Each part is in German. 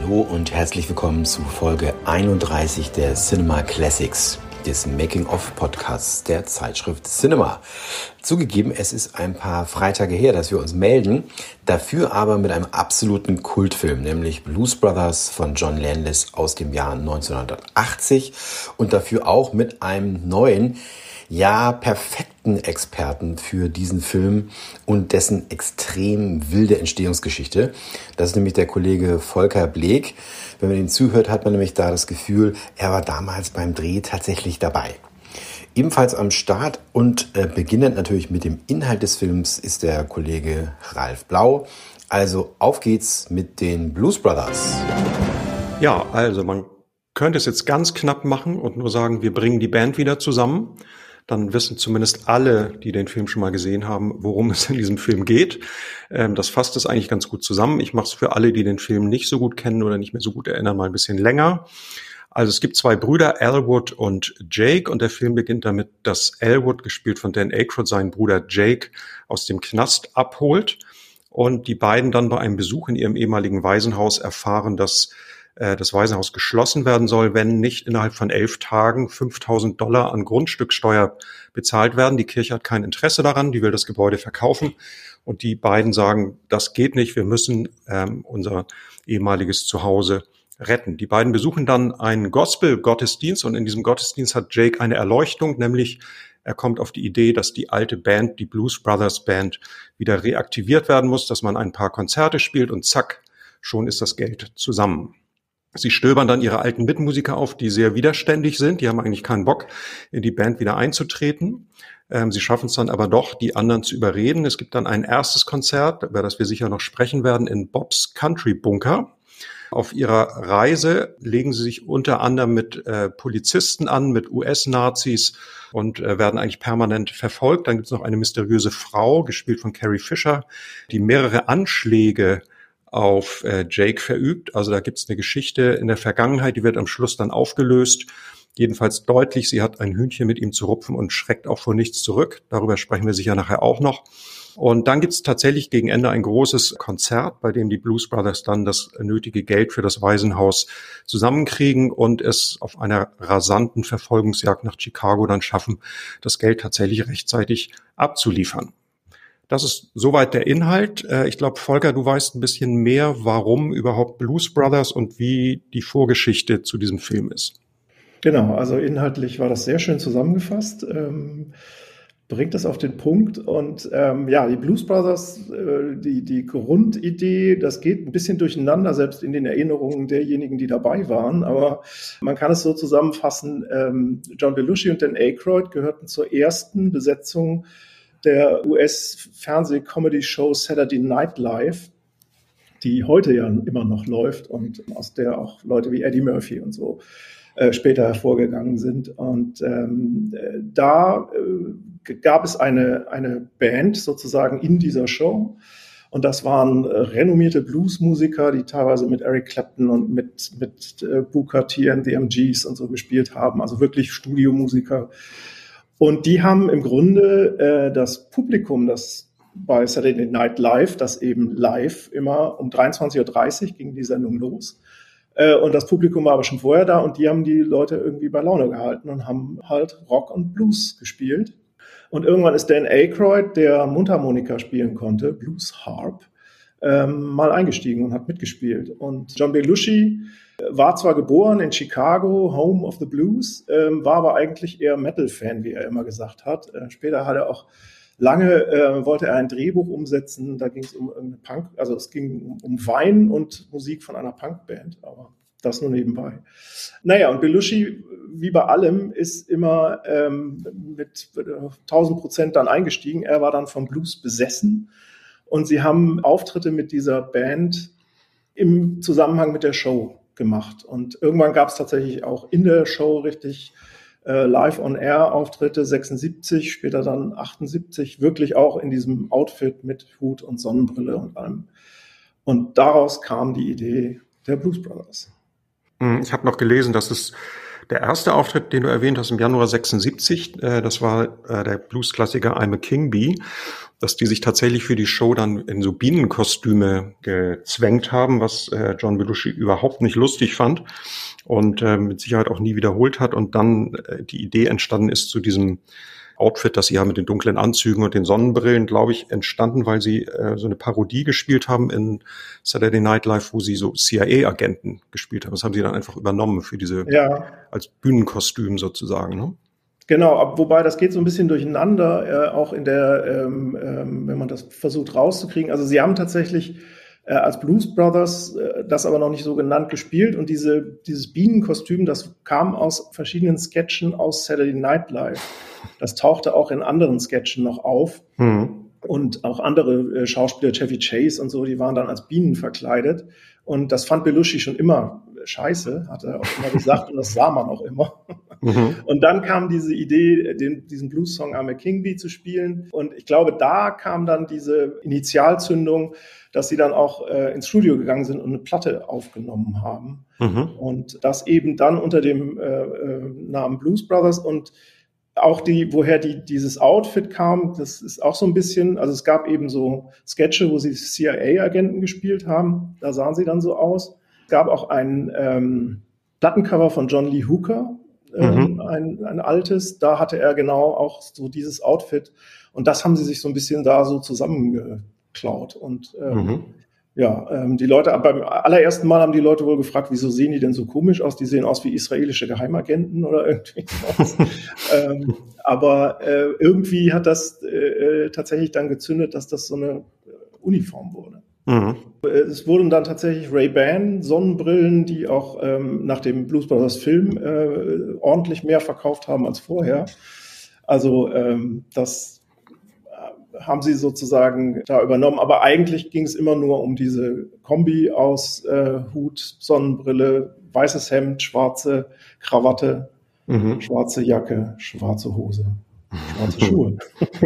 Hallo und herzlich willkommen zu Folge 31 der Cinema Classics, des Making-of-Podcasts der Zeitschrift Cinema. Zugegeben, es ist ein paar Freitage her, dass wir uns melden, dafür aber mit einem absoluten Kultfilm, nämlich Blues Brothers von John Landis aus dem Jahr 1980 und dafür auch mit einem neuen, ja, perfekten Experten für diesen Film und dessen extrem wilde Entstehungsgeschichte. Das ist nämlich der Kollege Volker Bleek. Wenn man ihm zuhört, hat man nämlich da das Gefühl, er war damals beim Dreh tatsächlich dabei. Ebenfalls am Start und beginnend natürlich mit dem Inhalt des Films ist der Kollege Ralf Blau. Also auf geht's mit den Blues Brothers. Ja, also man könnte es jetzt ganz knapp machen und nur sagen, wir bringen die Band wieder zusammen. Dann wissen zumindest alle, die den Film schon mal gesehen haben, worum es in diesem Film geht. Das fasst es eigentlich ganz gut zusammen. Ich mache es für alle, die den Film nicht so gut kennen oder nicht mehr so gut erinnern, mal ein bisschen länger. Also es gibt zwei Brüder, Elwood und Jake, und der Film beginnt damit, dass Elwood, gespielt von Dan Aykroyd, seinen Bruder Jake aus dem Knast abholt und die beiden dann bei einem Besuch in ihrem ehemaligen Waisenhaus erfahren, dass das Waisenhaus geschlossen werden soll, wenn nicht innerhalb von 11 Tagen $5.000 an Grundstücksteuer bezahlt werden. Die Kirche hat kein Interesse daran, die will das Gebäude verkaufen. Und die beiden sagen, das geht nicht, wir müssen unser ehemaliges Zuhause retten. Die beiden besuchen dann einen Gospel-Gottesdienst und in diesem Gottesdienst hat Jake eine Erleuchtung, nämlich er kommt auf die Idee, dass die alte Band, die Blues Brothers Band, wieder reaktiviert werden muss, dass man ein paar Konzerte spielt und zack, schon ist das Geld zusammen. Sie stöbern dann ihre alten Mitmusiker auf, die sehr widerständig sind. Die haben eigentlich keinen Bock, in die Band wieder einzutreten. Sie schaffen es dann aber doch, die anderen zu überreden. Es gibt dann ein erstes Konzert, über das wir sicher noch sprechen werden, in Bob's Country Bunker. Auf ihrer Reise legen sie sich unter anderem mit Polizisten an, mit US-Nazis und werden eigentlich permanent verfolgt. Dann gibt es noch eine mysteriöse Frau, gespielt von Carrie Fisher, die mehrere Anschläge auf Jake verübt. Also da gibt es eine Geschichte in der Vergangenheit, die wird am Schluss dann aufgelöst. Jedenfalls deutlich, sie hat ein Hühnchen mit ihm zu rupfen und schreckt auch vor nichts zurück. Darüber sprechen wir sicher nachher auch noch. Und dann gibt es tatsächlich gegen Ende ein großes Konzert, bei dem die Blues Brothers dann das nötige Geld für das Waisenhaus zusammenkriegen und es auf einer rasanten Verfolgungsjagd nach Chicago dann schaffen, das Geld tatsächlich rechtzeitig abzuliefern. Das ist soweit der Inhalt. Ich glaube, Volker, du weißt ein bisschen mehr, warum überhaupt Blues Brothers und wie die Vorgeschichte zu diesem Film ist. Genau, also inhaltlich war das sehr schön zusammengefasst, bringt das auf den Punkt. Und die Blues Brothers, die Grundidee, das geht ein bisschen durcheinander, selbst in den Erinnerungen derjenigen, die dabei waren. Aber man kann es so zusammenfassen, John Belushi und Dan Aykroyd gehörten zur ersten Besetzung der US-Fernseh-Comedy-Show Saturday Night Live, die heute ja immer noch läuft und aus der auch Leute wie Eddie Murphy und so später hervorgegangen sind. Und da gab es eine Band sozusagen in dieser Show. Und das waren renommierte Bluesmusiker, die teilweise mit Eric Clapton und mit Booker T and the MGs und so gespielt haben. Also wirklich Studiomusiker. Und die haben im Grunde das Publikum, das bei Saturday Night Live, das eben live immer um 23:30 Uhr ging die Sendung los. Und das Publikum war aber schon vorher da und die haben die Leute irgendwie bei Laune gehalten und haben halt Rock und Blues gespielt. Und irgendwann ist Dan Aykroyd, der Mundharmonika spielen konnte, Blues Harp, mal eingestiegen und hat mitgespielt. Und John Belushi war zwar geboren in Chicago, Home of the Blues, war aber eigentlich eher Metal-Fan, wie er immer gesagt hat. Später hat er auch wollte er ein Drehbuch umsetzen, da ging es um eine Punk, also es ging um Wein und Musik von einer Punkband, aber das nur nebenbei. Naja, und Belushi, wie bei allem, ist immer mit 1000% dann eingestiegen. Er war dann vom Blues besessen und sie haben Auftritte mit dieser Band im Zusammenhang mit der Show gemacht. Und irgendwann gab es tatsächlich auch in der Show richtig Live-on-Air-Auftritte, 76, später dann 78, wirklich auch in diesem Outfit mit Hut und Sonnenbrille und allem. Und daraus kam die Idee der Blues Brothers. Ich habe noch gelesen, dass es Der erste Auftritt, den du erwähnt hast, im Januar 76, das war der Blues-Klassiker I'm a King Bee, dass die sich tatsächlich für die Show dann in so Bienenkostüme gezwängt haben, was John Belushi überhaupt nicht lustig fand und mit Sicherheit auch nie wiederholt hat. Und dann die Idee entstanden ist zu diesem Outfit, das sie haben mit den dunklen Anzügen und den Sonnenbrillen, glaube ich, entstanden, weil sie so eine Parodie gespielt haben in Saturday Night Live, wo sie so CIA-Agenten gespielt haben. Das haben sie dann einfach übernommen für diese, als Bühnenkostüm sozusagen, ne? Genau, wobei das geht so ein bisschen durcheinander, auch in der, wenn man das versucht rauszukriegen. Also sie haben tatsächlich als Blues Brothers das aber noch nicht so genannt gespielt und dieses Bienenkostüm, das kam aus verschiedenen Sketchen aus Saturday Night Live. Das tauchte auch in anderen Sketchen noch auf. Und auch andere Schauspieler, Chevy Chase und so, die waren dann als Bienen verkleidet. Und das fand Belushi schon immer scheiße, hat er auch immer gesagt, und das sah man auch immer. Und dann kam diese Idee, diesen Blues-Song I'm a King Bee zu spielen. Und ich glaube, da kam dann diese Initialzündung, dass sie dann auch ins Studio gegangen sind und eine Platte aufgenommen haben. Und das eben dann unter dem Namen Blues Brothers. Und auch woher dieses Outfit kam, das ist auch so ein bisschen, also es gab eben so Sketche, wo sie CIA-Agenten gespielt haben, da sahen sie dann so aus. Es gab auch ein Plattencover von John Lee Hooker, ein altes, da hatte er genau auch so dieses Outfit und das haben sie sich so ein bisschen da so zusammengeklaut und die Leute, beim allerersten Mal haben die Leute wohl gefragt, wieso sehen die denn so komisch aus? Die sehen aus wie israelische Geheimagenten oder irgendwie was. Aber irgendwie hat das tatsächlich dann gezündet, dass das so eine Uniform wurde. Es wurden dann tatsächlich Ray-Ban Sonnenbrillen, die auch nach dem Blues Brothers Film ordentlich mehr verkauft haben als vorher. Also das haben sie sozusagen da übernommen. Aber eigentlich ging es immer nur um diese Kombi aus Hut, Sonnenbrille, weißes Hemd, schwarze Krawatte, schwarze Jacke, schwarze Hose, schwarze Schuhe.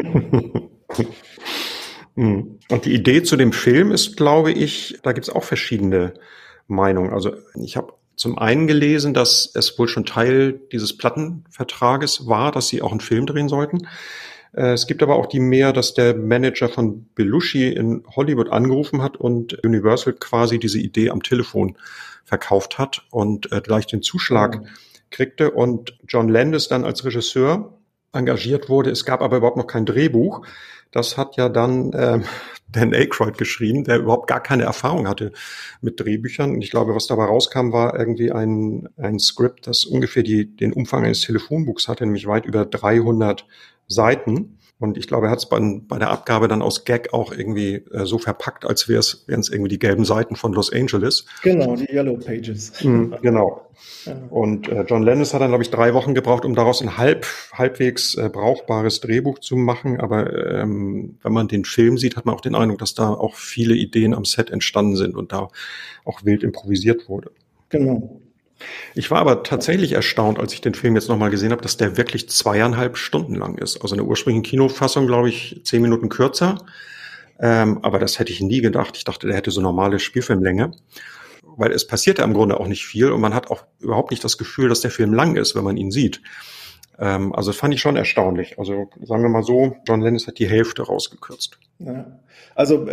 Und die Idee zu dem Film ist, glaube ich, da gibt es auch verschiedene Meinungen. Also ich habe zum einen gelesen, dass es wohl schon Teil dieses Plattenvertrages war, dass sie auch einen Film drehen sollten. Es gibt aber auch die mehr, dass der Manager von Belushi in Hollywood angerufen hat und Universal quasi diese Idee am Telefon verkauft hat und gleich den Zuschlag kriegte und John Landis dann als Regisseur engagiert wurde. Es gab aber überhaupt noch kein Drehbuch. Das hat ja dann Dan Aykroyd geschrieben, der überhaupt gar keine Erfahrung hatte mit Drehbüchern. Und ich glaube, was dabei rauskam, war irgendwie ein Skript, das ungefähr den Umfang eines Telefonbuchs hatte, nämlich weit über 300 Seiten. Und ich glaube, er hat es bei der Abgabe dann aus Gag auch irgendwie so verpackt, als wären es irgendwie die gelben Seiten von Los Angeles. Genau, die Yellow Pages. Genau. Ja. Und John Landis hat dann, glaube ich, 3 Wochen gebraucht, um daraus ein halbwegs brauchbares Drehbuch zu machen. Aber wenn man den Film sieht, hat man auch den Eindruck, dass da auch viele Ideen am Set entstanden sind und da auch wild improvisiert wurde. Genau. Ich war aber tatsächlich erstaunt, als ich den Film jetzt nochmal gesehen habe, dass der wirklich 2,5 Stunden lang ist. Also in der ursprünglichen Kinofassung, glaube ich, 10 Minuten kürzer. Aber das hätte ich nie gedacht. Ich dachte, der hätte so normale Spielfilmlänge. Weil es passiert ja im Grunde auch nicht viel und man hat auch überhaupt nicht das Gefühl, dass der Film lang ist, wenn man ihn sieht. Also das fand ich schon erstaunlich. Also sagen wir mal so, John Landis hat die Hälfte rausgekürzt. Ja. Also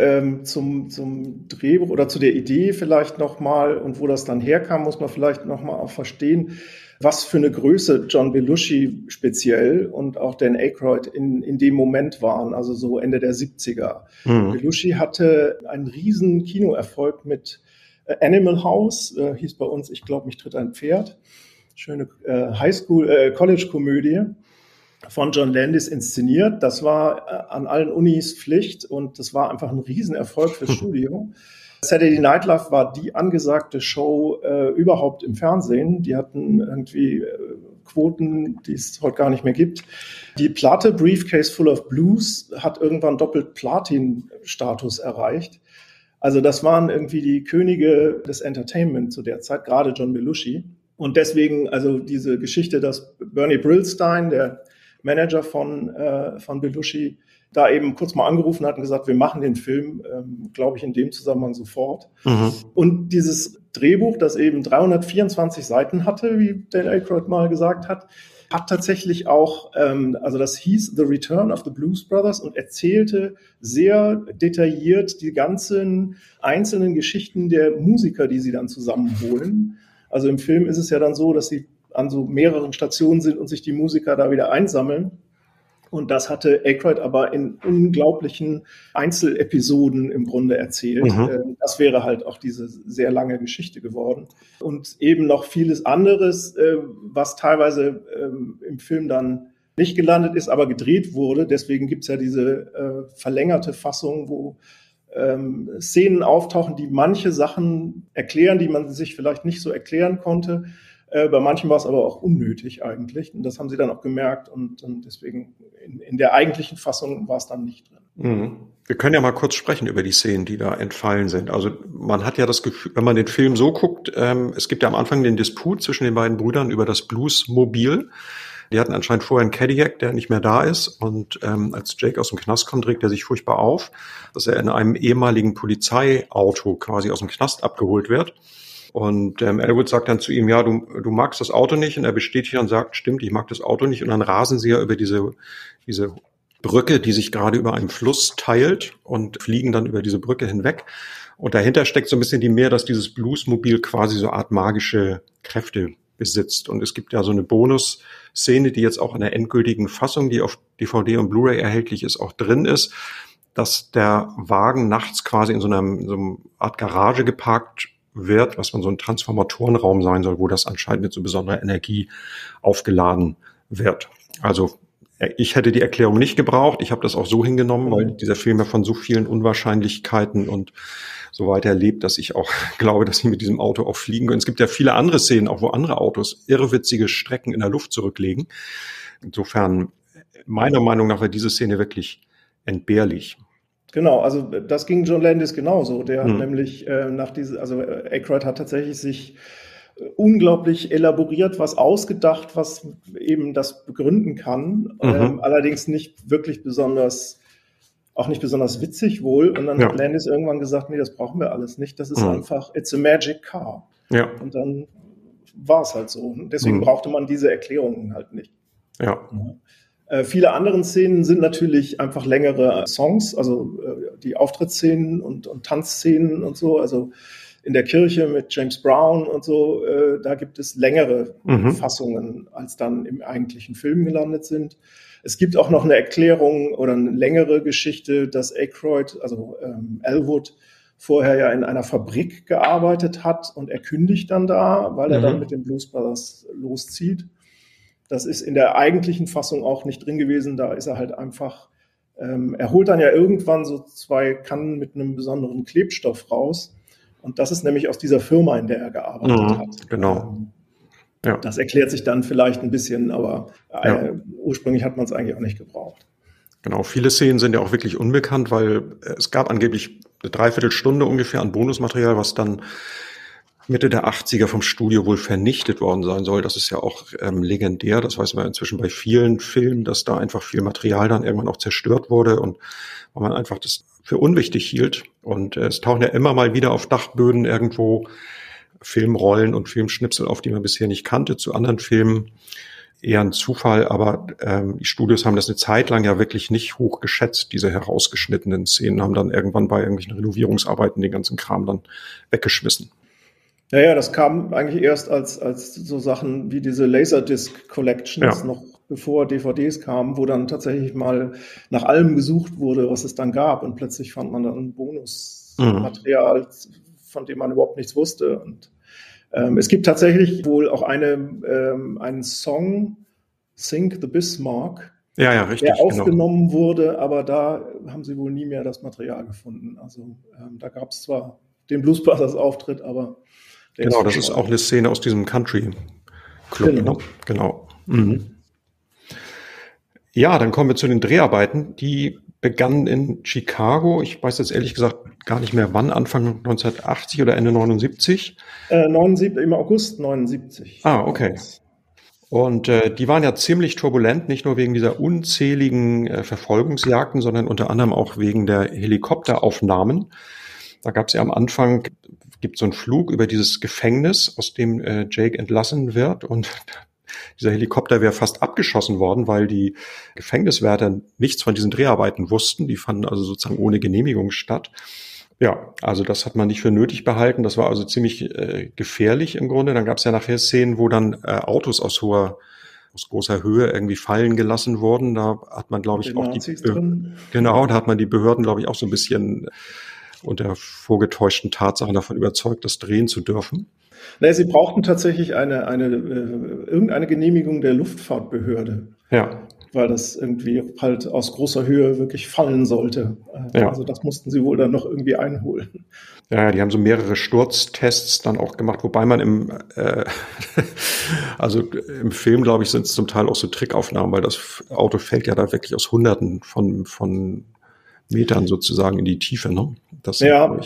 zum Drehbuch oder zu der Idee vielleicht nochmal und wo das dann herkam, muss man vielleicht nochmal auch verstehen, was für eine Größe John Belushi speziell und auch Dan Aykroyd in dem Moment waren, also so Ende der 70er. Belushi hatte einen riesen Kinoerfolg mit Animal House, hieß bei uns, ich glaube, mich tritt ein Pferd. Schöne College-Komödie von John Landis inszeniert. Das war an allen Unis Pflicht und das war einfach ein Riesenerfolg fürs Studio. Saturday Night Live war die angesagte Show überhaupt im Fernsehen. Die hatten irgendwie Quoten, die es heute gar nicht mehr gibt. Die Platte Briefcase Full of Blues hat irgendwann doppelt Platin-Status erreicht. Also das waren irgendwie die Könige des Entertainment zu der Zeit, gerade John Belushi. Und deswegen, also diese Geschichte, dass Bernie Brillstein, der Manager von Belushi, da eben kurz mal angerufen hat und gesagt, wir machen den Film, glaube ich, in dem Zusammenhang sofort. Und dieses Drehbuch, das eben 324 Seiten hatte, wie Dan Aykroyd mal gesagt hat tatsächlich auch, also das hieß The Return of the Blues Brothers und erzählte sehr detailliert die ganzen einzelnen Geschichten der Musiker, die sie dann zusammenholen. Also im Film ist es ja dann so, dass sie an so mehreren Stationen sind und sich die Musiker da wieder einsammeln. Und das hatte Aykroyd aber in unglaublichen Einzelepisoden im Grunde erzählt. Das wäre halt auch diese sehr lange Geschichte geworden. Und eben noch vieles anderes, was teilweise im Film dann nicht gelandet ist, aber gedreht wurde. Deswegen gibt's ja diese verlängerte Fassung, wo Szenen auftauchen, die manche Sachen erklären, die man sich vielleicht nicht so erklären konnte. Bei manchen war es aber auch unnötig eigentlich. Und das haben sie dann auch gemerkt. Und deswegen in der eigentlichen Fassung war es dann nicht drin. Mhm. Wir können ja mal kurz sprechen über die Szenen, die da entfallen sind. Also man hat ja das Gefühl, wenn man den Film so guckt, es gibt ja am Anfang den Disput zwischen den beiden Brüdern über das Bluesmobil. Die hatten anscheinend vorher einen Cadillac, der nicht mehr da ist. Und als Jake aus dem Knast kommt, regt er sich furchtbar auf, dass er in einem ehemaligen Polizeiauto quasi aus dem Knast abgeholt wird. Und Elwood sagt dann zu ihm, ja, du magst das Auto nicht. Und er bestätigt und sagt, stimmt, ich mag das Auto nicht. Und dann rasen sie ja über diese Brücke, die sich gerade über einem Fluss teilt und fliegen dann über diese Brücke hinweg. Und dahinter steckt so ein bisschen die Mehr, dass dieses Bluesmobil quasi so eine Art magische Kräfte besitzt. Und es gibt ja so eine Bonus-Szene, die jetzt auch in der endgültigen Fassung, die auf DVD und Blu-ray erhältlich ist, auch drin ist, dass der Wagen nachts quasi in so einer Art Garage geparkt wird, was man so ein Transformatorenraum sein soll, wo das anscheinend mit so besonderer Energie aufgeladen wird. Also ich hätte die Erklärung nicht gebraucht. Ich habe das auch so hingenommen, weil dieser Film ja von so vielen Unwahrscheinlichkeiten und so weiter lebt, dass ich auch glaube, dass sie mit diesem Auto auch fliegen können. Es gibt ja viele andere Szenen, auch wo andere Autos irrwitzige Strecken in der Luft zurücklegen. Insofern, meiner Meinung nach, war diese Szene wirklich entbehrlich. Genau, also das ging John Landis genauso. Der hat nämlich also Aykroyd hat tatsächlich sich unglaublich elaboriert was ausgedacht, was eben das begründen kann. Allerdings nicht wirklich auch nicht besonders witzig wohl. Und dann hat Landis irgendwann gesagt, nee, das brauchen wir alles nicht. Das ist einfach, it's a magic car. Ja. Und dann war es halt so. Und deswegen brauchte man diese Erklärungen halt nicht. Ja. Viele andere Szenen sind natürlich einfach längere Songs, also die Auftrittsszenen und Tanzszenen und so, also in der Kirche mit James Brown und so, da gibt es längere Fassungen, als dann im eigentlichen Film gelandet sind. Es gibt auch noch eine Erklärung oder eine längere Geschichte, dass Aykroyd, also Elwood, vorher ja in einer Fabrik gearbeitet hat und er kündigt dann da, weil er dann mit den Blues Brothers loszieht. Das ist in der eigentlichen Fassung auch nicht drin gewesen. Da ist er halt einfach, er holt dann ja irgendwann so 2 Kannen mit einem besonderen Klebstoff raus. Und das ist nämlich aus dieser Firma, in der er gearbeitet hat. Genau. Ja. Das erklärt sich dann vielleicht ein bisschen, aber ursprünglich hat man es eigentlich auch nicht gebraucht. Genau, viele Szenen sind ja auch wirklich unbekannt, weil es gab angeblich eine Dreiviertelstunde ungefähr an Bonusmaterial, was dann Mitte der 80er vom Studio wohl vernichtet worden sein soll. Das ist ja auch legendär. Das weiß man inzwischen bei vielen Filmen, dass da einfach viel Material dann irgendwann auch zerstört wurde und weil man einfach das für unwichtig hielt. Und es tauchen ja immer mal wieder auf Dachböden irgendwo Filmrollen und Filmschnipsel auf, die man bisher nicht kannte, zu anderen Filmen. Eher ein Zufall, aber die Studios haben das eine Zeit lang ja wirklich nicht hoch geschätzt, diese herausgeschnittenen Szenen, haben dann irgendwann bei irgendwelchen Renovierungsarbeiten den ganzen Kram dann weggeschmissen. Ja, das kam eigentlich erst als so Sachen wie diese Laserdisc Collections, noch bevor DVDs kamen, wo dann tatsächlich mal nach allem gesucht wurde, was es dann gab. Und plötzlich fand man dann Bonusmaterial, von dem man überhaupt nichts wusste. Und es gibt tatsächlich wohl auch einen Song, Sink the Bismarck, richtig, der aufgenommen wurde, aber da haben sie wohl nie mehr das Material gefunden. Also da gab es zwar den Blues Brothers Auftritt, aber genau, das ist auch eine Szene aus diesem Country Club. Genau. Ne? Genau. Ja, dann kommen wir zu den Dreharbeiten. Die begannen in Chicago. Ich weiß jetzt ehrlich gesagt gar nicht mehr wann, Anfang 1980 oder Ende 79? 79, im August 79. Okay. Und die waren ja ziemlich turbulent, nicht nur wegen dieser unzähligen Verfolgungsjagden, sondern unter anderem auch wegen der Helikopteraufnahmen. Da gab es ja am Anfang gibt so einen Flug über dieses Gefängnis, aus dem Jake entlassen wird, und dieser Helikopter wäre fast abgeschossen worden, weil die Gefängniswärter nichts von diesen Dreharbeiten wussten. Die fanden also sozusagen ohne Genehmigung statt. Ja, also das hat man nicht für nötig behalten. Das war also ziemlich gefährlich im Grunde. Dann gab es ja nachher Szenen, wo dann Autos aus großer Höhe irgendwie fallen gelassen wurden. Da hat man, glaube ich, auch da hat man die Behörden, glaube ich, auch so ein bisschen unter vorgetäuschten Tatsachen davon überzeugt, das drehen zu dürfen. Nee, sie brauchten tatsächlich irgendeine Genehmigung der Luftfahrtbehörde. Ja. Weil das irgendwie halt aus großer Höhe wirklich fallen sollte. Ja. Also das mussten sie wohl dann noch irgendwie einholen. Ja, die haben so mehrere Sturztests dann auch gemacht, wobei man also im Film, glaube ich, sind es zum Teil auch so Trickaufnahmen, weil das Auto fällt ja da wirklich aus Hunderten von Metern sozusagen in die Tiefe, ne? Das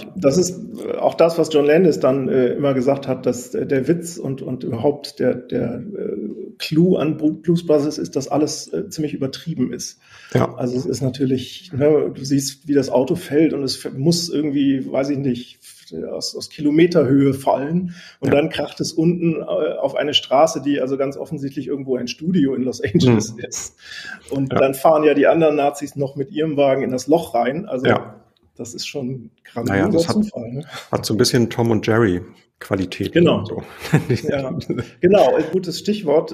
ist auch das, was John Landis dann immer gesagt hat, dass der Witz und überhaupt der Clou an Blues Brothers ist, dass alles ziemlich übertrieben ist. Ja. Also es ist natürlich, du siehst, wie das Auto fällt und es muss irgendwie, weiß ich nicht, aus Kilometerhöhe fallen und dann kracht es unten auf eine Straße, die also ganz offensichtlich irgendwo ein Studio in Los Angeles ist. Und dann fahren ja die anderen Nazis noch mit ihrem Wagen in das Loch rein. Also das ist schon grandioser Zufall. Ne? Hat so ein bisschen Tom und Jerry Qualität. Genau. So. Ja, genau, ein gutes Stichwort.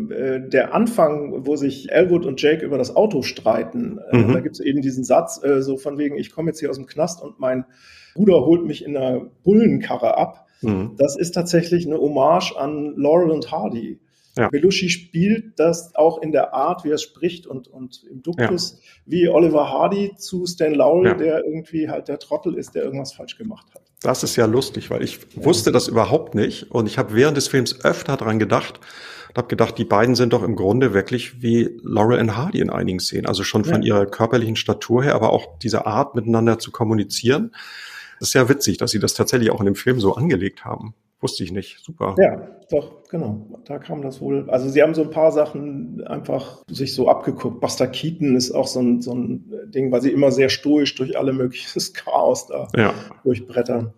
Der Anfang, wo sich Elwood und Jake über das Auto streiten, da gibt es eben diesen Satz, so von wegen, ich komme jetzt hier aus dem Knast und mein Bruder holt mich in einer Bullenkarre ab. Das ist tatsächlich eine Hommage an Laurel und Hardy. Ja. Belushi spielt das auch in der Art, wie er spricht und im Duktus, wie Oliver Hardy zu Stan Laurel, der irgendwie halt der Trottel ist, der irgendwas falsch gemacht hat. Das ist ja lustig, weil ich wusste das überhaupt nicht und ich habe während des Films öfter dran gedacht und habe gedacht, die beiden sind doch im Grunde wirklich wie Laurel und Hardy in einigen Szenen, also schon von ihrer körperlichen Statur her, aber auch diese Art miteinander zu kommunizieren. Das ist ja witzig, dass sie das tatsächlich auch in dem Film so angelegt haben. Wusste ich nicht. Super. Ja, doch, genau. Da kam das wohl. Also sie haben so ein paar Sachen einfach sich so abgeguckt. Buster Keaton ist auch so ein Ding, weil sie immer sehr stoisch durch alle mögliches Chaos da durchbrettern.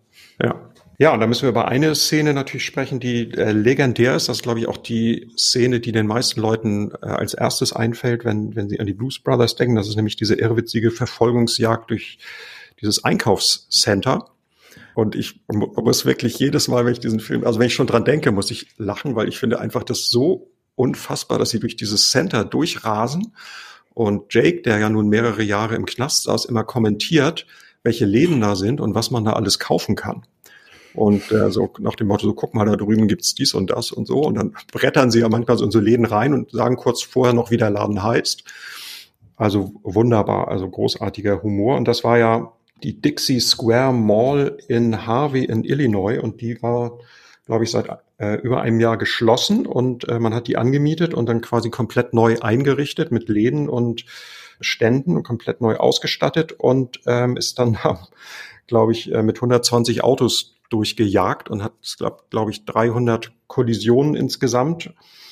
Ja, und da müssen wir über eine Szene natürlich sprechen, die legendär ist. Das ist, glaube ich, auch die Szene, die den meisten Leuten als erstes einfällt, wenn sie an die Blues Brothers denken. Das ist nämlich diese irrwitzige Verfolgungsjagd durch dieses Einkaufscenter. Und ich muss wirklich jedes Mal, wenn ich diesen Film, also wenn ich schon dran denke, muss ich lachen, weil ich finde einfach das so unfassbar, dass sie durch dieses Center durchrasen. Und Jake, der ja nun mehrere Jahre im Knast saß, immer kommentiert, welche Läden da sind und was man da alles kaufen kann. Und so nach dem Motto, so guck mal, da drüben gibt's dies und das und so. Und dann brettern sie ja manchmal so in so Läden rein und sagen kurz vorher noch, wie der Laden heißt. Also wunderbar, also großartiger Humor. Und das war ja die Dixie Square Mall in Harvey in Illinois und die war, glaube ich, seit über einem Jahr geschlossen und man hat die angemietet und dann quasi komplett neu eingerichtet mit Läden und Ständen und komplett neu ausgestattet und ist dann, glaube ich, mit 120 Autos durchgejagt und hat, glaube ich, 300 Kollisionen insgesamt.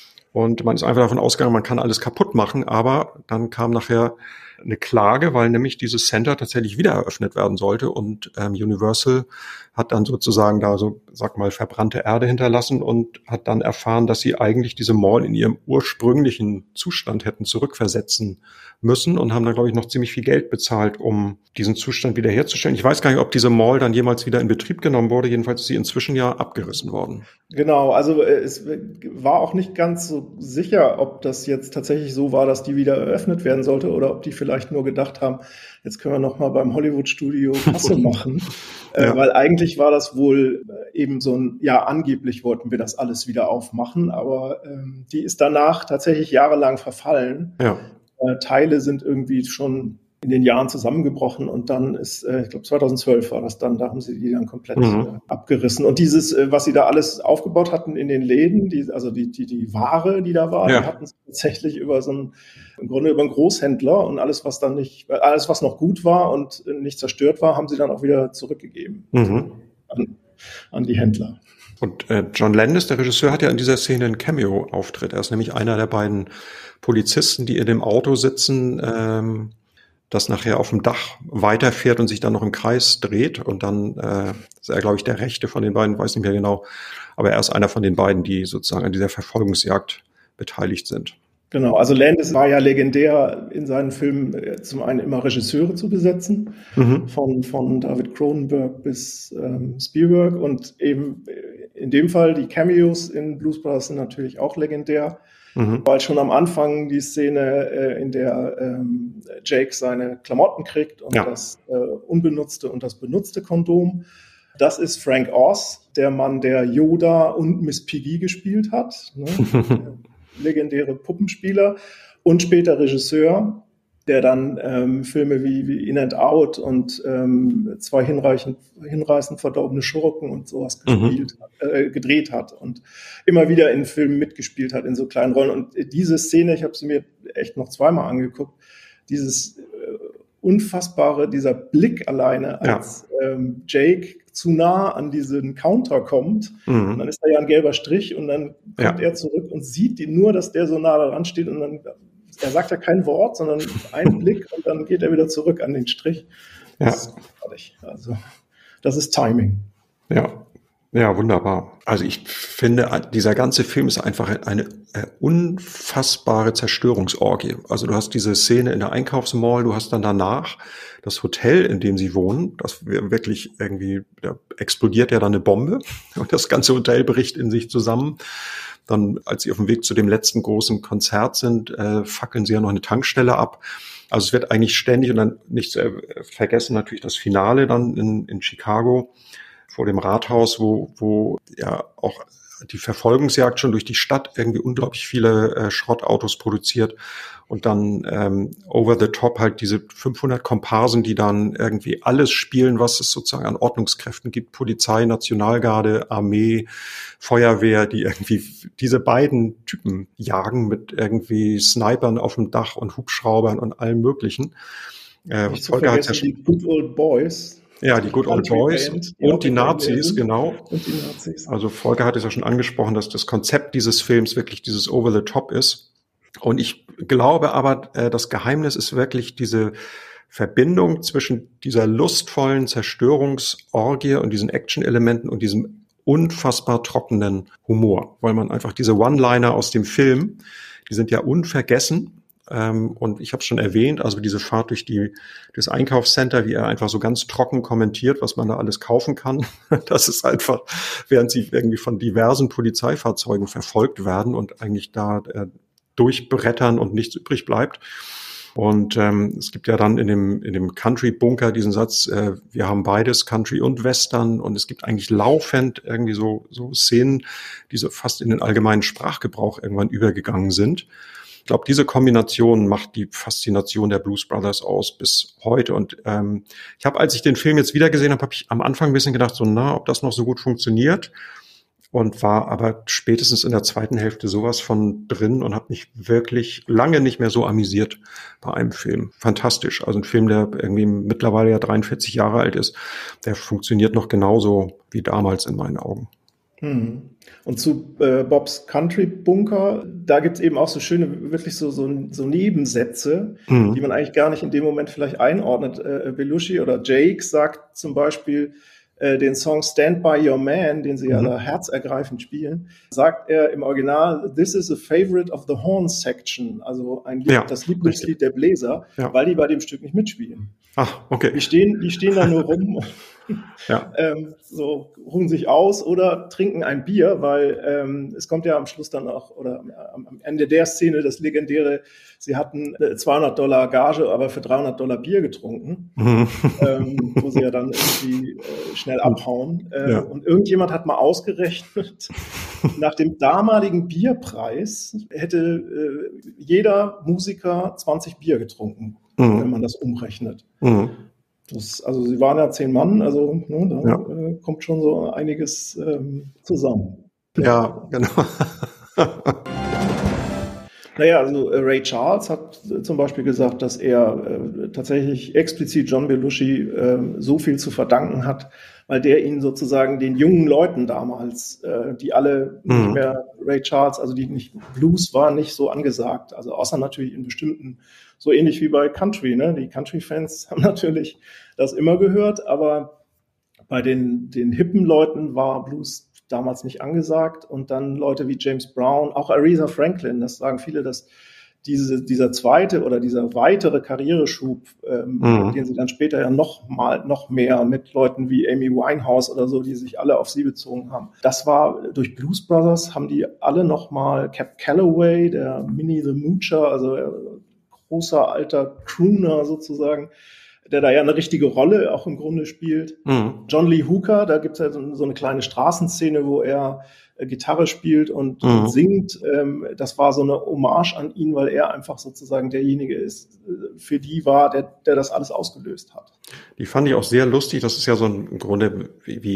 Und man ist einfach davon ausgegangen, man kann alles kaputt machen, aber dann kam nachher eine Klage, weil nämlich dieses Center tatsächlich wieder eröffnet werden sollte und Universal hat dann sozusagen da so, sag mal, verbrannte Erde hinterlassen und hat dann erfahren, dass sie eigentlich diese Mall in ihrem ursprünglichen Zustand hätten zurückversetzen müssen und haben da, glaube ich, noch ziemlich viel Geld bezahlt, um diesen Zustand wiederherzustellen. Ich weiß gar nicht, ob diese Mall dann jemals wieder in Betrieb genommen wurde. Jedenfalls ist sie inzwischen ja abgerissen worden. Genau, also es war auch nicht ganz so sicher, ob das jetzt tatsächlich so war, dass die wieder eröffnet werden sollte oder ob die vielleicht nur gedacht haben, jetzt können wir noch mal beim Hollywood-Studio Kasse machen. Weil eigentlich war das wohl eben so ein, angeblich wollten wir das alles wieder aufmachen, aber die ist danach tatsächlich jahrelang verfallen. Ja. Teile sind irgendwie schon in den Jahren zusammengebrochen und dann ist, ich glaube 2012 war das dann, da haben sie die dann komplett abgerissen. Und dieses, was sie da alles aufgebaut hatten in den Läden, die Ware, die da war, die hatten sie tatsächlich im Grunde über einen Großhändler und alles, was noch gut war und nicht zerstört war, haben sie dann auch wieder zurückgegeben an die Händler. Und John Landis, der Regisseur, hat ja in dieser Szene einen Cameo-Auftritt. Er ist nämlich einer der beiden Polizisten, die in dem Auto sitzen, das nachher auf dem Dach weiterfährt und sich dann noch im Kreis dreht. Und dann ist er, glaube ich, der Rechte von den beiden, weiß nicht mehr genau. Aber er ist einer von den beiden, die sozusagen an dieser Verfolgungsjagd beteiligt sind. Genau, also Landis war ja legendär in seinen Filmen zum einen immer Regisseure zu besetzen, von David Cronenberg bis Spielberg, und eben in dem Fall die Cameos in Blues Brothers sind natürlich auch legendär, weil schon am Anfang die Szene, in der Jake seine Klamotten kriegt und das unbenutzte und das benutzte Kondom, das ist Frank Oz, der Mann, der Yoda und Miss Piggy gespielt hat, ne? Legendäre Puppenspieler und später Regisseur, der dann Filme wie In and Out und zwei hinreißend verdorbene Schurken und sowas gedreht hat und immer wieder in Filmen mitgespielt hat, in so kleinen Rollen. Und diese Szene, ich habe sie mir echt noch zweimal angeguckt, dieses unfassbare, dieser Blick alleine, als Jake zu nah an diesen Counter kommt, und dann ist da ja ein gelber Strich und dann kommt er zurück und sieht nur, dass der so nah daran steht, und dann, er sagt ja kein Wort, sondern einen Blick und dann geht er wieder zurück an den Strich. Das ist großartig. Also, das ist Timing. Ja, wunderbar. Also ich finde, dieser ganze Film ist einfach eine unfassbare Zerstörungsorgie. Also du hast diese Szene in der Einkaufsmall, du hast dann danach das Hotel, in dem sie wohnen, das wirklich irgendwie, da explodiert ja dann eine Bombe und das ganze Hotel bricht in sich zusammen. Dann, als sie auf dem Weg zu dem letzten großen Konzert sind, fackeln sie ja noch eine Tankstelle ab. Also es wird eigentlich ständig, und dann nicht zu vergessen natürlich das Finale dann in Chicago, vor dem Rathaus, wo ja auch die Verfolgungsjagd schon durch die Stadt irgendwie unglaublich viele Schrottautos produziert, und dann over the top halt diese 500 Komparsen, die dann irgendwie alles spielen, was es sozusagen an Ordnungskräften gibt, Polizei, Nationalgarde, Armee, Feuerwehr, die irgendwie diese beiden Typen jagen mit irgendwie Snipern auf dem Dach und Hubschraubern und allem Möglichen. Nicht zu vergessen, die Good Old Boys. Ja, die Good Old Boys und die Nazis, genau. Und die Nazis. Also Volker hat es ja schon angesprochen, dass das Konzept dieses Films wirklich dieses Over the Top ist. Und ich glaube aber, das Geheimnis ist wirklich diese Verbindung zwischen dieser lustvollen Zerstörungsorgie und diesen Action-Elementen und diesem unfassbar trockenen Humor. Weil man einfach diese One-Liner aus dem Film, die sind ja unvergessen. Und ich habe es schon erwähnt, also diese Fahrt durch das Einkaufscenter, wie er einfach so ganz trocken kommentiert, was man da alles kaufen kann. Das ist einfach, während sie irgendwie von diversen Polizeifahrzeugen verfolgt werden und eigentlich da durchbrettern und nichts übrig bleibt. Und es gibt ja dann in dem Country-Bunker diesen Satz, wir haben beides, Country und Western, und es gibt eigentlich laufend irgendwie so Szenen, die so fast in den allgemeinen Sprachgebrauch irgendwann übergegangen sind. Ich glaube, diese Kombination macht die Faszination der Blues Brothers aus bis heute. Und ich habe, als ich den Film jetzt wieder gesehen habe, habe ich am Anfang ein bisschen gedacht, ob das noch so gut funktioniert. Und war aber spätestens in der zweiten Hälfte sowas von drin und habe mich wirklich lange nicht mehr so amüsiert bei einem Film. Fantastisch. Also ein Film, der irgendwie mittlerweile ja 43 Jahre alt ist, der funktioniert noch genauso wie damals in meinen Augen. Und zu Bobs Country Bunker, da gibt's eben auch so schöne, wirklich so Nebensätze, die man eigentlich gar nicht in dem Moment vielleicht einordnet. Belushi oder Jake sagt zum Beispiel den Song Stand By Your Man, den sie ja da herzergreifend spielen, sagt er im Original, "This is a favorite of the horn section", also ein Lied, das Lieblingslied der Bläser, weil die bei dem Stück nicht mitspielen. Ach, okay. Die stehen da nur rum, so ruhen sich aus oder trinken ein Bier, weil es kommt ja am Schluss dann auch, oder am Ende der Szene das legendäre, sie hatten $200 Gage, aber für $300 Bier getrunken, wo sie ja dann irgendwie schnell abhauen. Und irgendjemand hat mal ausgerechnet, nach dem damaligen Bierpreis hätte jeder Musiker 20 Bier getrunken, wenn man das umrechnet. Also sie waren ja 10 Mann, also kommt schon so einiges zusammen. Ja, genau. Naja, also Ray Charles hat zum Beispiel gesagt, dass er tatsächlich explizit John Belushi so viel zu verdanken hat, weil der ihn sozusagen den jungen Leuten damals, die alle nicht mehr Ray Charles, also Blues war nicht so angesagt, also außer natürlich in bestimmten, so ähnlich wie bei Country, ne? Die Country-Fans haben natürlich das immer gehört, aber bei den hippen Leuten war Blues damals nicht angesagt und dann Leute wie James Brown, auch Aretha Franklin, das sagen viele, dass dieser zweite oder dieser weitere Karriereschub, den sie dann später ja noch mehr mit Leuten wie Amy Winehouse oder so, die sich alle auf sie bezogen haben. Das war durch Blues Brothers, haben die alle nochmal Cab Calloway, der Minnie the Moocher, also großer alter Crooner sozusagen, der da ja eine richtige Rolle auch im Grunde spielt. John Lee Hooker, da gibt es ja so eine kleine Straßenszene, wo er Gitarre spielt und singt. Das war so eine Hommage an ihn, weil er einfach sozusagen derjenige ist, für die war, der das alles ausgelöst hat. Die fand ich auch sehr lustig. Das ist ja so im Grunde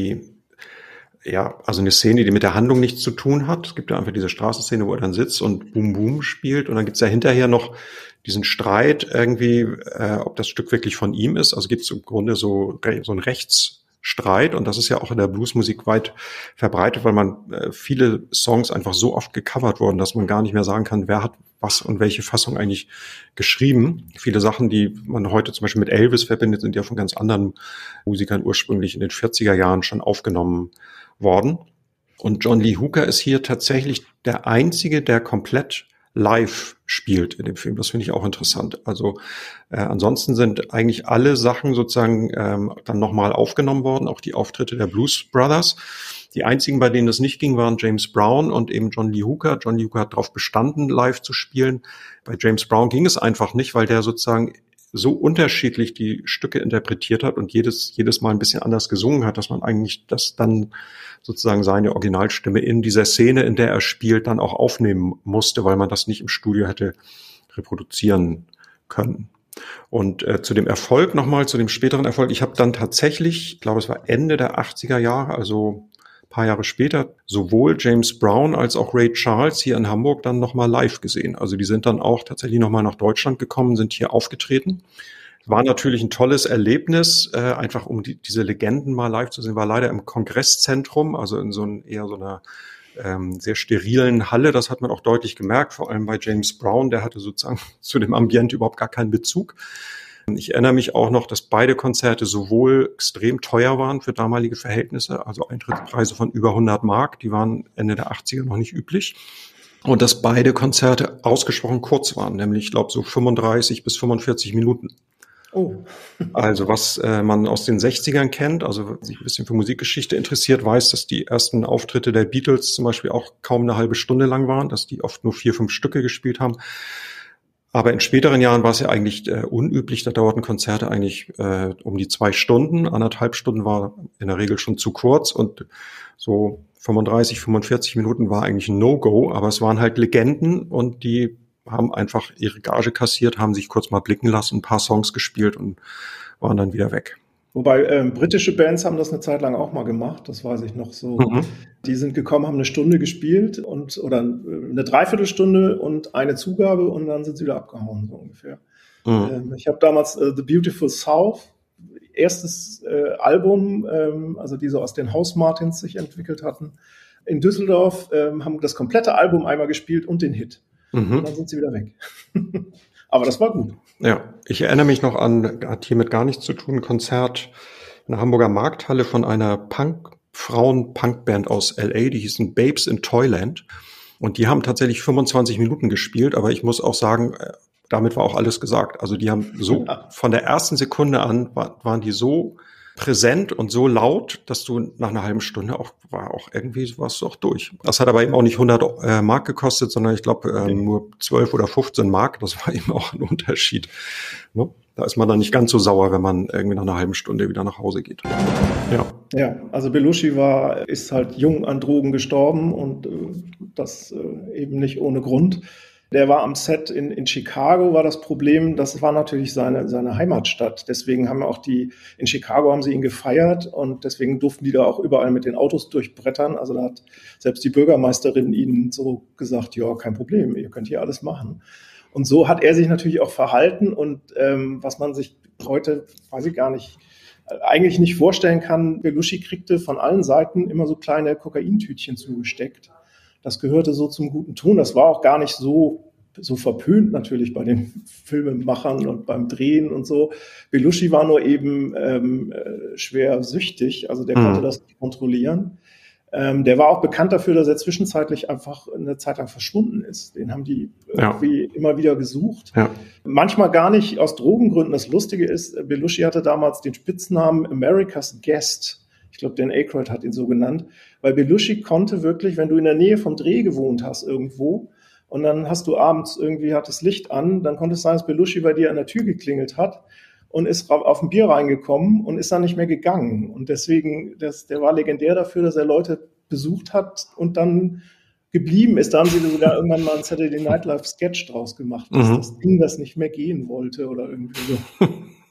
also eine Szene, die mit der Handlung nichts zu tun hat. Es gibt ja einfach diese Straßenszene, wo er dann sitzt und Boom Boom spielt. Und dann gibt's ja hinterher noch diesen Streit irgendwie, ob das Stück wirklich von ihm ist. Also gibt's im Grunde so einen Rechtsstreit. Und das ist ja auch in der Bluesmusik weit verbreitet, weil man viele Songs einfach so oft gecovert wurden, dass man gar nicht mehr sagen kann, wer hat was und welche Fassung eigentlich geschrieben. Viele Sachen, die man heute zum Beispiel mit Elvis verbindet, sind ja von ganz anderen Musikern ursprünglich in den 40er Jahren schon aufgenommen worden. Und John Lee Hooker ist hier tatsächlich der Einzige, der komplett live spielt in dem Film. Das finde ich auch interessant. Also ansonsten sind eigentlich alle Sachen sozusagen dann nochmal aufgenommen worden, auch die Auftritte der Blues Brothers. Die einzigen, bei denen das nicht ging, waren James Brown und eben John Lee Hooker. John Lee Hooker hat darauf bestanden, live zu spielen. Bei James Brown ging es einfach nicht, weil der sozusagen so unterschiedlich die Stücke interpretiert hat und jedes Mal ein bisschen anders gesungen hat, dass man eigentlich das dann sozusagen seine Originalstimme in dieser Szene, in der er spielt, dann auch aufnehmen musste, weil man das nicht im Studio hätte reproduzieren können. Und zu dem Erfolg nochmal, zu dem späteren Erfolg. Ich habe dann tatsächlich, ich glaube, es war Ende der 80er Jahre, also ein paar Jahre später, sowohl James Brown als auch Ray Charles hier in Hamburg dann nochmal live gesehen. Also die sind dann auch tatsächlich nochmal nach Deutschland gekommen, sind hier aufgetreten. War natürlich ein tolles Erlebnis, einfach um diese Legenden mal live zu sehen. War leider im Kongresszentrum, also in so einer sehr sterilen Halle. Das hat man auch deutlich gemerkt, vor allem bei James Brown. Der hatte sozusagen zu dem Ambiente überhaupt gar keinen Bezug. Ich erinnere mich auch noch, dass beide Konzerte sowohl extrem teuer waren für damalige Verhältnisse, also Eintrittspreise von über 100 Mark, die waren Ende der 80er noch nicht üblich. Und dass beide Konzerte ausgesprochen kurz waren, nämlich, ich glaube, so 35 bis 45 Minuten. Oh. Also was man aus den 60ern kennt, also wer sich ein bisschen für Musikgeschichte interessiert, weiß, dass die ersten Auftritte der Beatles zum Beispiel auch kaum eine halbe Stunde lang waren, dass die oft nur 4-5 Stücke gespielt haben. Aber in späteren Jahren war es ja eigentlich unüblich, da dauerten Konzerte eigentlich um die 2 Stunden. 1,5 Stunden war in der Regel schon zu kurz und so 35, 45 Minuten war eigentlich ein No-Go, aber es waren halt Legenden und die haben einfach ihre Gage kassiert, haben sich kurz mal blicken lassen, ein paar Songs gespielt und waren dann wieder weg. Wobei britische Bands haben das eine Zeit lang auch mal gemacht, das weiß ich noch so. Die sind gekommen, haben eine Stunde gespielt oder eine Dreiviertelstunde und eine Zugabe und dann sind sie wieder abgehauen, so ungefähr. Ich habe damals The Beautiful South, erstes Album, also die so aus den House Martins sich entwickelt hatten, in Düsseldorf, haben das komplette Album einmal gespielt und den Hit. Und dann sind sie wieder weg. Aber das war gut. Ja, ich erinnere mich noch an, hat hiermit gar nichts zu tun, ein Konzert in der Hamburger Markthalle von einer Frauen-Punk-Band aus L.A., die hießen Babes in Toyland. Und die haben tatsächlich 25 Minuten gespielt, aber ich muss auch sagen, damit war auch alles gesagt. Also die haben so, von der ersten Sekunde an waren die so präsent und so laut, dass du nach einer halben Stunde warst du auch durch. Das hat aber eben auch nicht 100 Mark gekostet, sondern ich glaube nur 12 oder 15 Mark. Das war eben auch ein Unterschied. Ne? Da ist man dann nicht ganz so sauer, wenn man irgendwie nach einer halben Stunde wieder nach Hause geht. Ja, also Belushi ist halt jung an Drogen gestorben und das eben nicht ohne Grund. Der war am Set in Chicago, war das Problem, das war natürlich seine Heimatstadt. Deswegen haben in Chicago haben sie ihn gefeiert und deswegen durften die da auch überall mit den Autos durchbrettern. Also da hat selbst die Bürgermeisterin ihnen so gesagt, ja, kein Problem, ihr könnt hier alles machen. Und so hat er sich natürlich auch verhalten und was man sich heute, weiß ich gar nicht, eigentlich nicht vorstellen kann, Belushi kriegte von allen Seiten immer so kleine Kokaintütchen zugesteckt. Das gehörte so zum guten Ton. Das war auch gar nicht so verpönt natürlich bei den Filmemachern und beim Drehen und so. Belushi war nur eben schwer süchtig, also der konnte das nicht kontrollieren. Der war auch bekannt dafür, dass er zwischenzeitlich einfach eine Zeit lang verschwunden ist. Den haben die irgendwie immer wieder gesucht. Ja. Manchmal gar nicht aus Drogengründen. Das Lustige ist, Belushi hatte damals den Spitznamen America's Guest. Ich glaube, Dan Aykroyd hat ihn so genannt, weil Belushi konnte wirklich, wenn du in der Nähe vom Dreh gewohnt hast irgendwo und dann hast du abends irgendwie, hat das Licht an, dann konnte es sein, dass Belushi bei dir an der Tür geklingelt hat und ist auf ein Bier reingekommen und ist dann nicht mehr gegangen. Und deswegen, der war legendär dafür, dass er Leute besucht hat und dann geblieben ist. Da haben sie sogar irgendwann mal ein Saturday Night Live Sketch draus gemacht, dass das Ding das nicht mehr gehen wollte oder irgendwie so.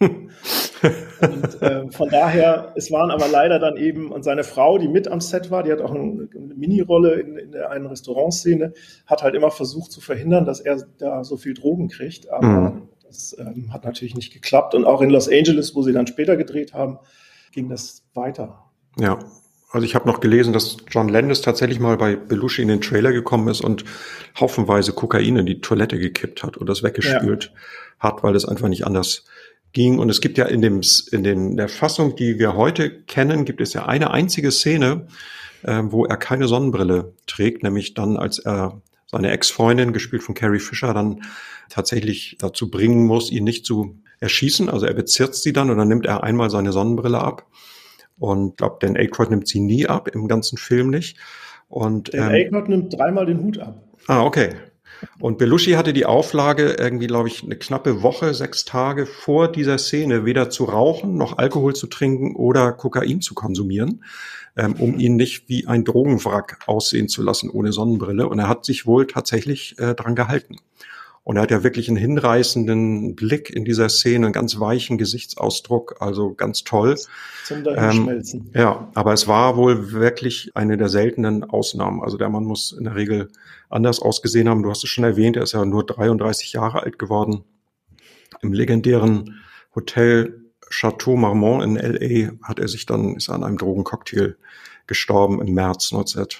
Und von daher, es waren aber leider dann eben, und seine Frau, die mit am Set war, die hat auch eine Mini-Rolle in der einen Restaurantszene, hat halt immer versucht zu verhindern, dass er da so viel Drogen kriegt, aber das hat natürlich nicht geklappt. Und auch in Los Angeles, wo sie dann später gedreht haben, ging das weiter. Ja, also ich habe noch gelesen, dass John Landis tatsächlich mal bei Belushi in den Trailer gekommen ist und haufenweise Kokain in die Toilette gekippt hat und das weggespült hat, weil das einfach nicht anders ging. Und es gibt ja in der Fassung, die wir heute kennen, gibt es ja eine einzige Szene, wo er keine Sonnenbrille trägt, nämlich dann, als er seine Ex-Freundin, gespielt von Carrie Fisher, dann tatsächlich dazu bringen muss, ihn nicht zu erschießen. Also er bezirzt sie dann und dann nimmt er einmal seine Sonnenbrille ab. Und ich glaube, Dan Aykroyd nimmt sie nie ab, im ganzen Film nicht. Und Dan Aykroyd nimmt 3-mal den Hut ab. Ah, okay. Und Belushi hatte die Auflage, irgendwie, glaube ich, eine knappe Woche, 6 Tage vor dieser Szene weder zu rauchen, noch Alkohol zu trinken oder Kokain zu konsumieren, um ihn nicht wie ein Drogenwrack aussehen zu lassen ohne Sonnenbrille. Und er hat sich wohl tatsächlich dran gehalten. Und er hat ja wirklich einen hinreißenden Blick in dieser Szene, einen ganz weichen Gesichtsausdruck, also ganz toll. Zum Dahinschmelzen. Ja, aber es war wohl wirklich eine der seltenen Ausnahmen. Also der Mann muss in der Regel anders ausgesehen haben. Du hast es schon erwähnt, er ist ja nur 33 Jahre alt geworden. Im legendären Hotel Chateau Marmont in L.A. ist er an einem Drogencocktail gestorben im März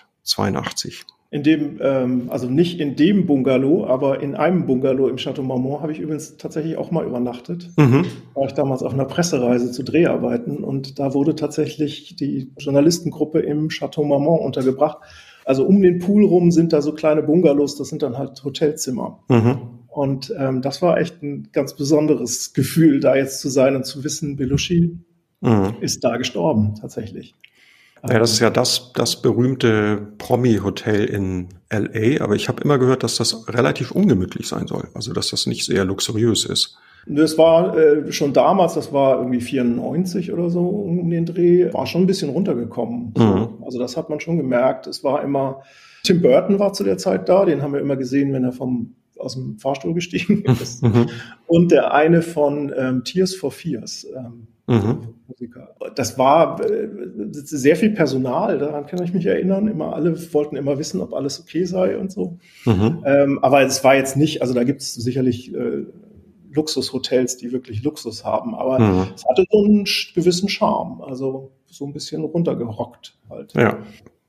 1982. In dem, also nicht in dem Bungalow, aber in einem Bungalow im Chateau Marmont habe ich übrigens tatsächlich auch mal übernachtet. War ich damals auf einer Pressereise zu Dreharbeiten und da wurde tatsächlich die Journalistengruppe im Chateau Marmont untergebracht. Also um den Pool rum sind da so kleine Bungalows, das sind dann halt Hotelzimmer. Und das war echt ein ganz besonderes Gefühl, da jetzt zu sein und zu wissen, Belushi ist da gestorben tatsächlich. Ja, das ist ja das berühmte Promi-Hotel in L.A., aber ich habe immer gehört, dass das relativ ungemütlich sein soll, also dass das nicht sehr luxuriös ist. Das war schon damals, das war irgendwie 94 oder so um den Dreh, war schon ein bisschen runtergekommen. So. Also das hat man schon gemerkt. Es war immer, Tim Burton war zu der Zeit da, den haben wir immer gesehen, wenn er aus dem Fahrstuhl gestiegen ist. Und der eine von Tears for Fears, Musiker. Das war sehr viel Personal, daran kann ich mich erinnern. Alle wollten immer wissen, ob alles okay sei und so. Aber es war jetzt nicht, also da gibt es sicherlich Luxushotels, die wirklich Luxus haben, aber es hatte so einen gewissen Charme, also so ein bisschen runtergerockt halt. Ja.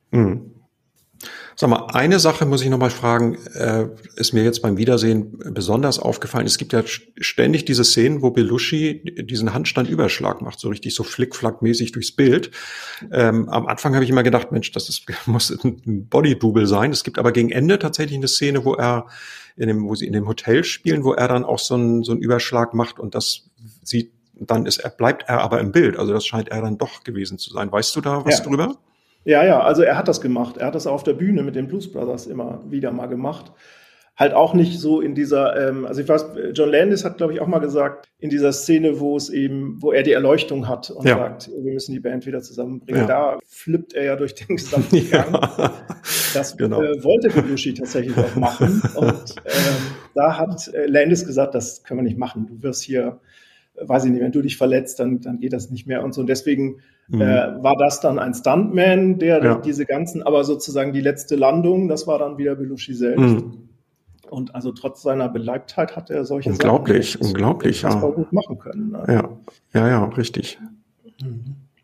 Sag mal, eine Sache muss ich noch mal fragen, ist mir jetzt beim Wiedersehen besonders aufgefallen. Es gibt ja ständig diese Szenen, wo Belushi diesen Handstandüberschlag macht, so richtig so flick-flack-mäßig durchs Bild. Am Anfang habe ich immer gedacht, Mensch, muss ein Body-Double sein. Es gibt aber gegen Ende tatsächlich eine Szene, wo sie in dem Hotel spielen, wo er dann auch so einen Überschlag macht und das sieht, bleibt er aber im Bild. Also das scheint er dann doch gewesen zu sein. Weißt du da was drüber? Ja, also er hat das gemacht. Er hat das auf der Bühne mit den Blues Brothers immer wieder mal gemacht. Halt auch nicht so in dieser, also ich weiß, John Landis hat, glaube ich, auch mal gesagt, in dieser Szene, wo er die Erleuchtung hat und sagt, wir müssen die Band wieder zusammenbringen. Da flippt er ja durch den gesamten Gang. Das wollte Belushi tatsächlich auch machen. Und da hat Landis gesagt, das können wir nicht machen. Du wirst hier, weiß ich nicht, wenn du dich verletzt, dann geht das nicht mehr und so. Und deswegen war das dann ein Stuntman, der diese ganzen, aber sozusagen die letzte Landung, das war dann wieder Belushi selbst. Und also trotz seiner Beleibtheit hat er solche Unglaublich, ja. gut machen können. Ne? Ja, richtig.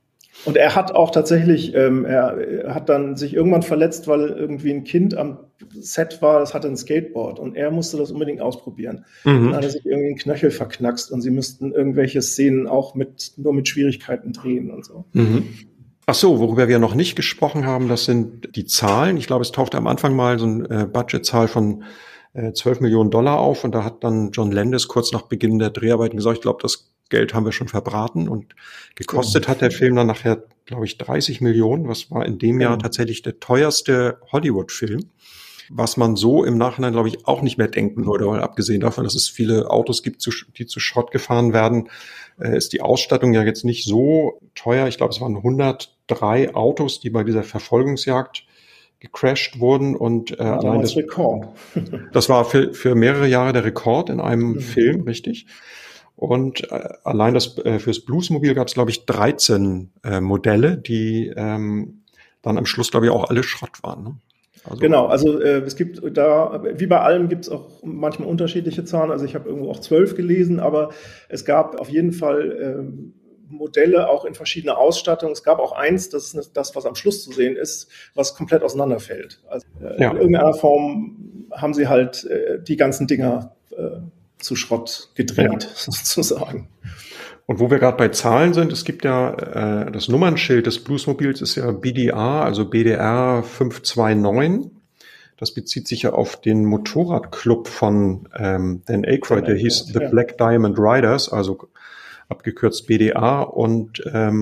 Und er hat auch tatsächlich, er hat dann sich irgendwann verletzt, weil irgendwie ein Kind am Set war, das hatte ein Skateboard und er musste das unbedingt ausprobieren. Dann hat er sich irgendwie einen Knöchel verknackst und sie müssten irgendwelche Szenen auch nur mit Schwierigkeiten drehen und so. Ach so, worüber wir noch nicht gesprochen haben, das sind die Zahlen. Ich glaube, es tauchte am Anfang mal so eine Budgetzahl von $12 Millionen auf und da hat dann John Landis kurz nach Beginn der Dreharbeiten gesagt, ich glaube, das Geld haben wir schon verbraten und gekostet hat der Film dann nachher, glaube ich, 30 Millionen, was war in dem Jahr tatsächlich der teuerste Hollywood-Film, was man so im Nachhinein, glaube ich, auch nicht mehr denken würde, weil abgesehen davon, dass es viele Autos gibt, die zu Schrott gefahren werden, ist die Ausstattung ja jetzt nicht so teuer. Ich glaube, es waren 103 Autos, die bei dieser Verfolgungsjagd gecrashed wurden und allein das Rekord. Das war für mehrere Jahre der Rekord in einem Film, richtig. Und allein fürs Bluesmobil gab es, glaube ich, 13 Modelle, die dann am Schluss, glaube ich, auch alle Schrott waren. Ne? Also, genau, also es gibt da, wie bei allem gibt es auch manchmal unterschiedliche Zahlen. Also ich habe irgendwo auch 12 gelesen, aber es gab auf jeden Fall Modelle auch in verschiedener Ausstattung. Es gab auch eins, das ist das, was am Schluss zu sehen ist, was komplett auseinanderfällt. Also in irgendeiner Form haben sie halt die ganzen Dinger zu Schrott gedreht, sozusagen. Und wo wir gerade bei Zahlen sind, es gibt ja das Nummernschild des Bluesmobils ist ja BDR, also BDR 529. Das bezieht sich ja auf den Motorradclub von Dan Aykroyd, der hieß The Black Diamond Riders, also abgekürzt BDA. Und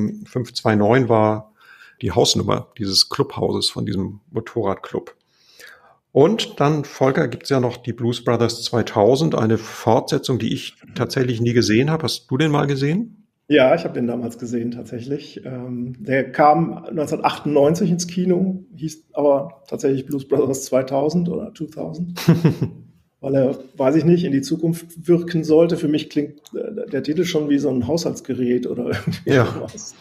529 war die Hausnummer dieses Clubhauses von diesem Motorradclub. Und dann, Volker, gibt's ja noch die Blues Brothers 2000, eine Fortsetzung, die ich tatsächlich nie gesehen habe. Hast du den mal gesehen? Ja, ich habe den damals gesehen, tatsächlich. Der kam 1998 ins Kino, hieß aber tatsächlich Blues Brothers 2000 oder 2000, weil er, weiß ich nicht, in die Zukunft wirken sollte. Für mich klingt der Titel schon wie so ein Haushaltsgerät oder irgendwie sowas.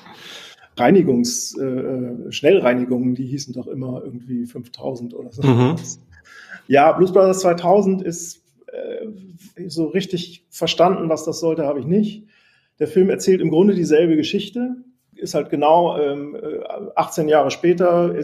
Schnellreinigungen, die hießen doch immer irgendwie 5000 oder so. Ja, Blues Brothers 2000 ist so richtig verstanden, was das sollte, habe ich nicht. Der Film erzählt im Grunde dieselbe Geschichte, ist halt genau 18 Jahre später,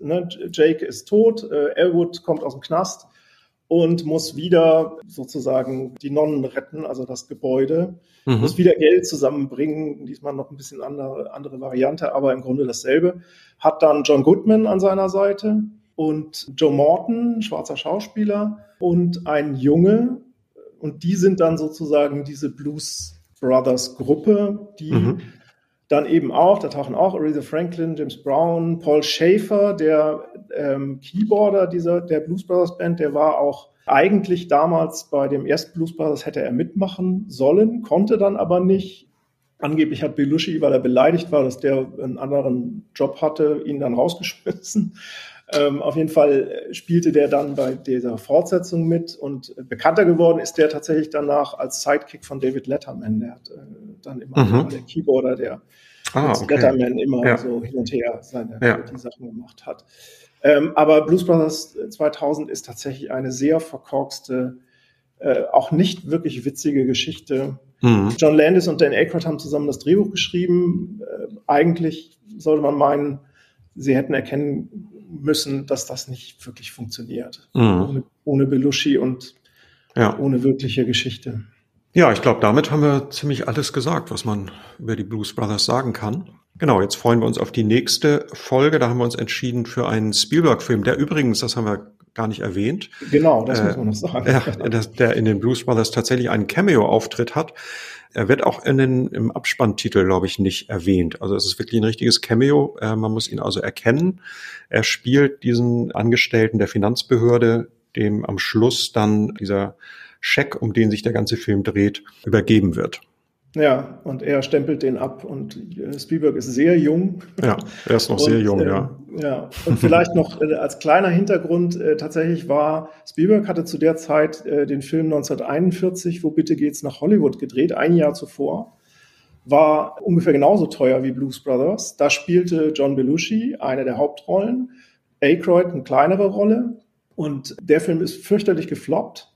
Jake ist tot, Elwood kommt aus dem Knast und muss wieder sozusagen die Nonnen retten, also das Gebäude, muss wieder Geld zusammenbringen, diesmal noch ein bisschen andere Variante, aber im Grunde dasselbe. Hat dann John Goodman an seiner Seite und Joe Morton, schwarzer Schauspieler, und ein Junge. Und die sind dann sozusagen diese Blues Brothers Gruppe, die dann eben auch, da tauchen auch Aretha Franklin, James Brown, Paul Schaefer, der Keyboarder der Blues Brothers Band, der war auch eigentlich damals bei dem ersten Blues Brothers, hätte er mitmachen sollen, konnte dann aber nicht. Angeblich hat Belushi, weil er beleidigt war, dass der einen anderen Job hatte, ihn dann rausgeschmissen. Auf jeden Fall spielte der dann bei dieser Fortsetzung mit und bekannter geworden ist der tatsächlich danach als Sidekick von David Letterman. Der hat dann immer der Keyboarder, der Letterman immer so hin und her die Sachen gemacht hat. Aber Blues Brothers 2000 ist tatsächlich eine sehr verkorkste, auch nicht wirklich witzige Geschichte. John Landis und Dan Aykroyd haben zusammen das Drehbuch geschrieben. Eigentlich sollte man meinen, sie hätten erkennen müssen, dass das nicht wirklich funktioniert. Ohne Belushi und ohne wirkliche Geschichte. Ja, ich glaube, damit haben wir ziemlich alles gesagt, was man über die Blues Brothers sagen kann. Genau, jetzt freuen wir uns auf die nächste Folge. Da haben wir uns entschieden für einen Spielberg-Film, der übrigens, das haben wir gar nicht erwähnt. Genau, das muss man noch sagen. Der in den Blues Brothers tatsächlich einen Cameo-Auftritt hat. Er wird auch im Abspanntitel, glaube ich, nicht erwähnt. Also es ist wirklich ein richtiges Cameo. Man muss ihn also erkennen. Er spielt diesen Angestellten der Finanzbehörde, dem am Schluss dann dieser Scheck, um den sich der ganze Film dreht, übergeben wird. Ja, und er stempelt den ab und Spielberg ist sehr jung. Ja, er ist noch sehr jung, ja. Ja, und vielleicht noch als kleiner Hintergrund, tatsächlich Spielberg hatte zu der Zeit den Film 1941, Wo bitte geht's nach Hollywood gedreht, ein Jahr zuvor, war ungefähr genauso teuer wie Blues Brothers. Da spielte John Belushi eine der Hauptrollen, Aykroyd eine kleinere Rolle und der Film ist fürchterlich gefloppt,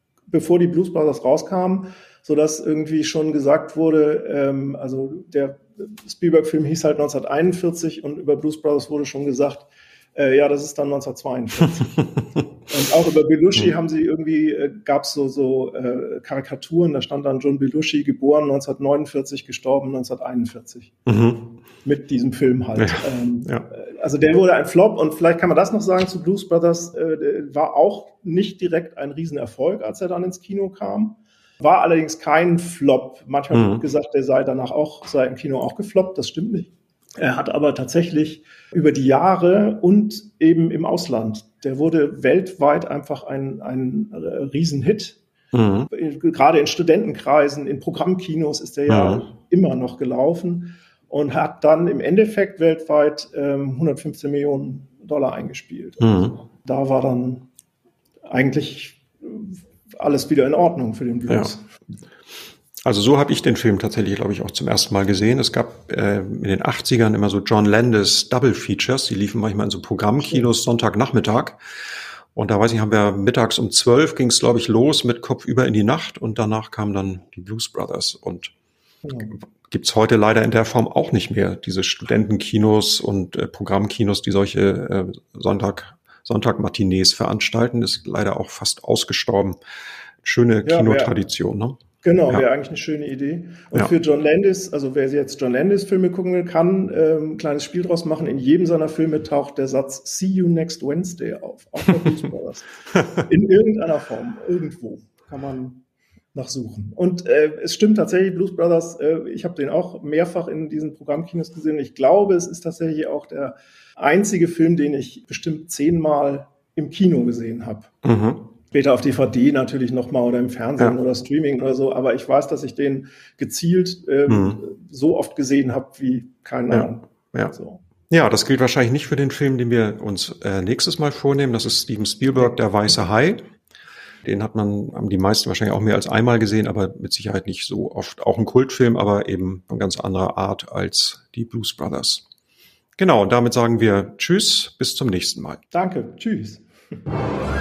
bevor die Blues Brothers rauskamen, sodass irgendwie schon gesagt wurde, also der Spielberg-Film hieß halt 1941 und über Blues Brothers wurde schon gesagt, ja, das ist dann 1942. Und auch über Belushi haben sie irgendwie, gab es so Karikaturen, da stand dann John Belushi, geboren 1949, gestorben 1941. Mit diesem Film halt. Also der wurde ein Flop und vielleicht kann man das noch sagen zu Blues Brothers, war auch nicht direkt ein Riesenerfolg, als er dann ins Kino kam. War allerdings kein Flop. Manchmal wird gesagt, der sei im Kino auch gefloppt, das stimmt nicht. Er hat aber tatsächlich über die Jahre und eben im Ausland, der wurde weltweit einfach ein Riesenhit. Gerade in Studentenkreisen, in Programmkinos ist der ja immer noch gelaufen und hat dann im Endeffekt weltweit 115 Millionen Dollar eingespielt. Also da war dann eigentlich alles wieder in Ordnung für den Blues. Ja. Also so habe ich den Film tatsächlich, glaube ich, auch zum ersten Mal gesehen. Es gab in den 80ern immer so John Landis Double Features, die liefen manchmal in so Programmkinos Sonntagnachmittag. Und da weiß ich, haben wir mittags um 12 ging es, glaube ich, los mit Kopfüber in die Nacht und danach kamen dann die Blues Brothers. Und gibt's heute leider in der Form auch nicht mehr, diese Studentenkinos und Programmkinos, die solche Sonntagmatinees veranstalten. Ist leider auch fast ausgestorben. Schöne Kinotradition, ne? Genau, wäre eigentlich eine schöne Idee. Und für John Landis, also wer jetzt John Landis Filme gucken will, kann ein kleines Spiel draus machen. In jedem seiner Filme taucht der Satz "See you next Wednesday" auf. Auch bei Blues Brothers. In irgendeiner Form, irgendwo kann man nachsuchen. Und es stimmt tatsächlich, Blues Brothers, ich habe den auch mehrfach in diesen Programmkinos gesehen. Ich glaube, es ist tatsächlich auch der einzige Film, den ich bestimmt 10-mal im Kino gesehen habe. Später auf DVD natürlich nochmal oder im Fernsehen oder Streaming oder so. Aber ich weiß, dass ich den gezielt so oft gesehen habe wie keinen anderen. So. Ja, das gilt wahrscheinlich nicht für den Film, den wir uns nächstes Mal vornehmen. Das ist Steven Spielberg, Der weiße Hai. Den haben die meisten wahrscheinlich auch mehr als einmal gesehen, aber mit Sicherheit nicht so oft. Auch ein Kultfilm, aber eben von ganz anderer Art als die Blues Brothers. Genau, und damit sagen wir Tschüss, bis zum nächsten Mal. Danke, tschüss.